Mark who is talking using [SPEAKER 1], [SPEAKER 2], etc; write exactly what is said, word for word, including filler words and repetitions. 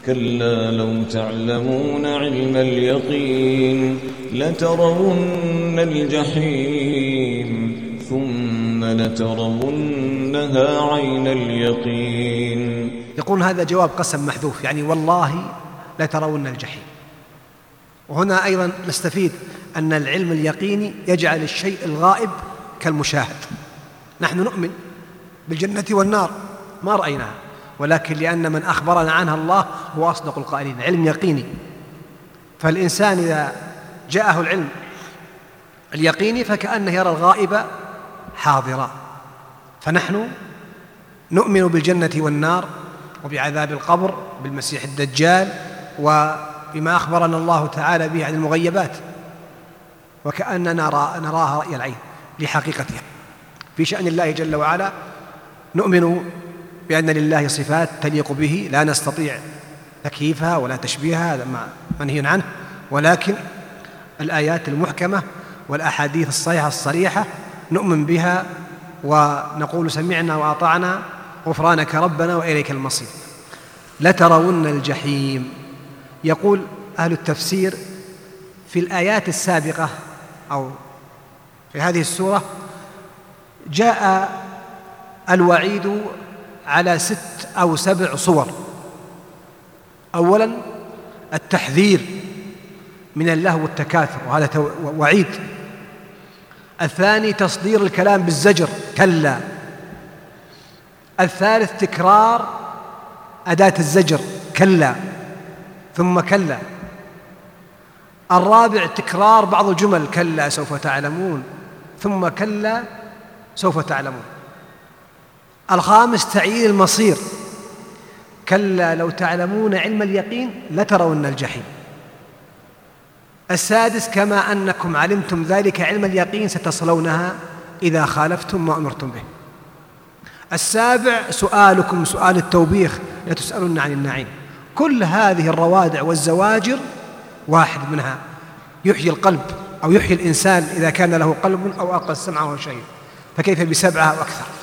[SPEAKER 1] كلا لو تعلمون علم اليقين لترون الجحيم ثم لترونها عين اليقين.
[SPEAKER 2] يقول هذا جواب قسم محذوف، يعني والله لترون الجحيم. وهنا أيضا نستفيد أن العلم اليقيني يجعل الشيء الغائب كالمشاهد. نحن نؤمن بالجنة والنار ما رأيناها، ولكن لأن من أخبرنا عنها الله هو أصدق القائلين، علم يقيني. فالإنسان إذا جاءه العلم اليقيني فكأنه يرى الغائب حاضرا. فنحن نؤمن بالجنة والنار وبعذاب القبر، بالمسيح الدجال، وبما أخبرنا الله تعالى به عن المغيبات، وكأننا نرى نراها رأي العين لحقيقتها. في شأن الله جل وعلا نؤمن بأن لله صفات تليق به لا نستطيع تكييفها ولا تشبيهها، هذا منهي عنه، ولكن الآيات المحكمة والأحاديث الصحيحة الصريحة نؤمن بها ونقول سمعنا وأطعنا غفرانك ربنا وإليك المصير. لترون الجحيم. يقول أهل التفسير في الآيات السابقة أو في هذه السورة جاء الوعيد على ست أو سبع صور. أولا التحذير من اللهو والتكاثر، وهذا وعيد. الثاني تصدير الكلام بالزجر، كلا. الثالث تكرار أداة الزجر، كلا ثم كلا. الرابع تكرار بعض الجمل، كلا سوف تعلمون ثم كلا سوف تعلمون. الخامس تعيين المصير، كلا لو تعلمون علم اليقين لترون الجحيم. السادس كما أنكم علمتم ذلك علم اليقين ستصلونها إذا خالفتم ما أمرتم به. السابع سؤالكم سؤال التوبيخ لتسألن عن النعيم. كل هذه الروادع والزواجر واحد منها يحيي القلب أو يحيي الإنسان إذا كان له قلب أو ألقى السمع وهو شهيد، فكيف بسبعة أو أكثر.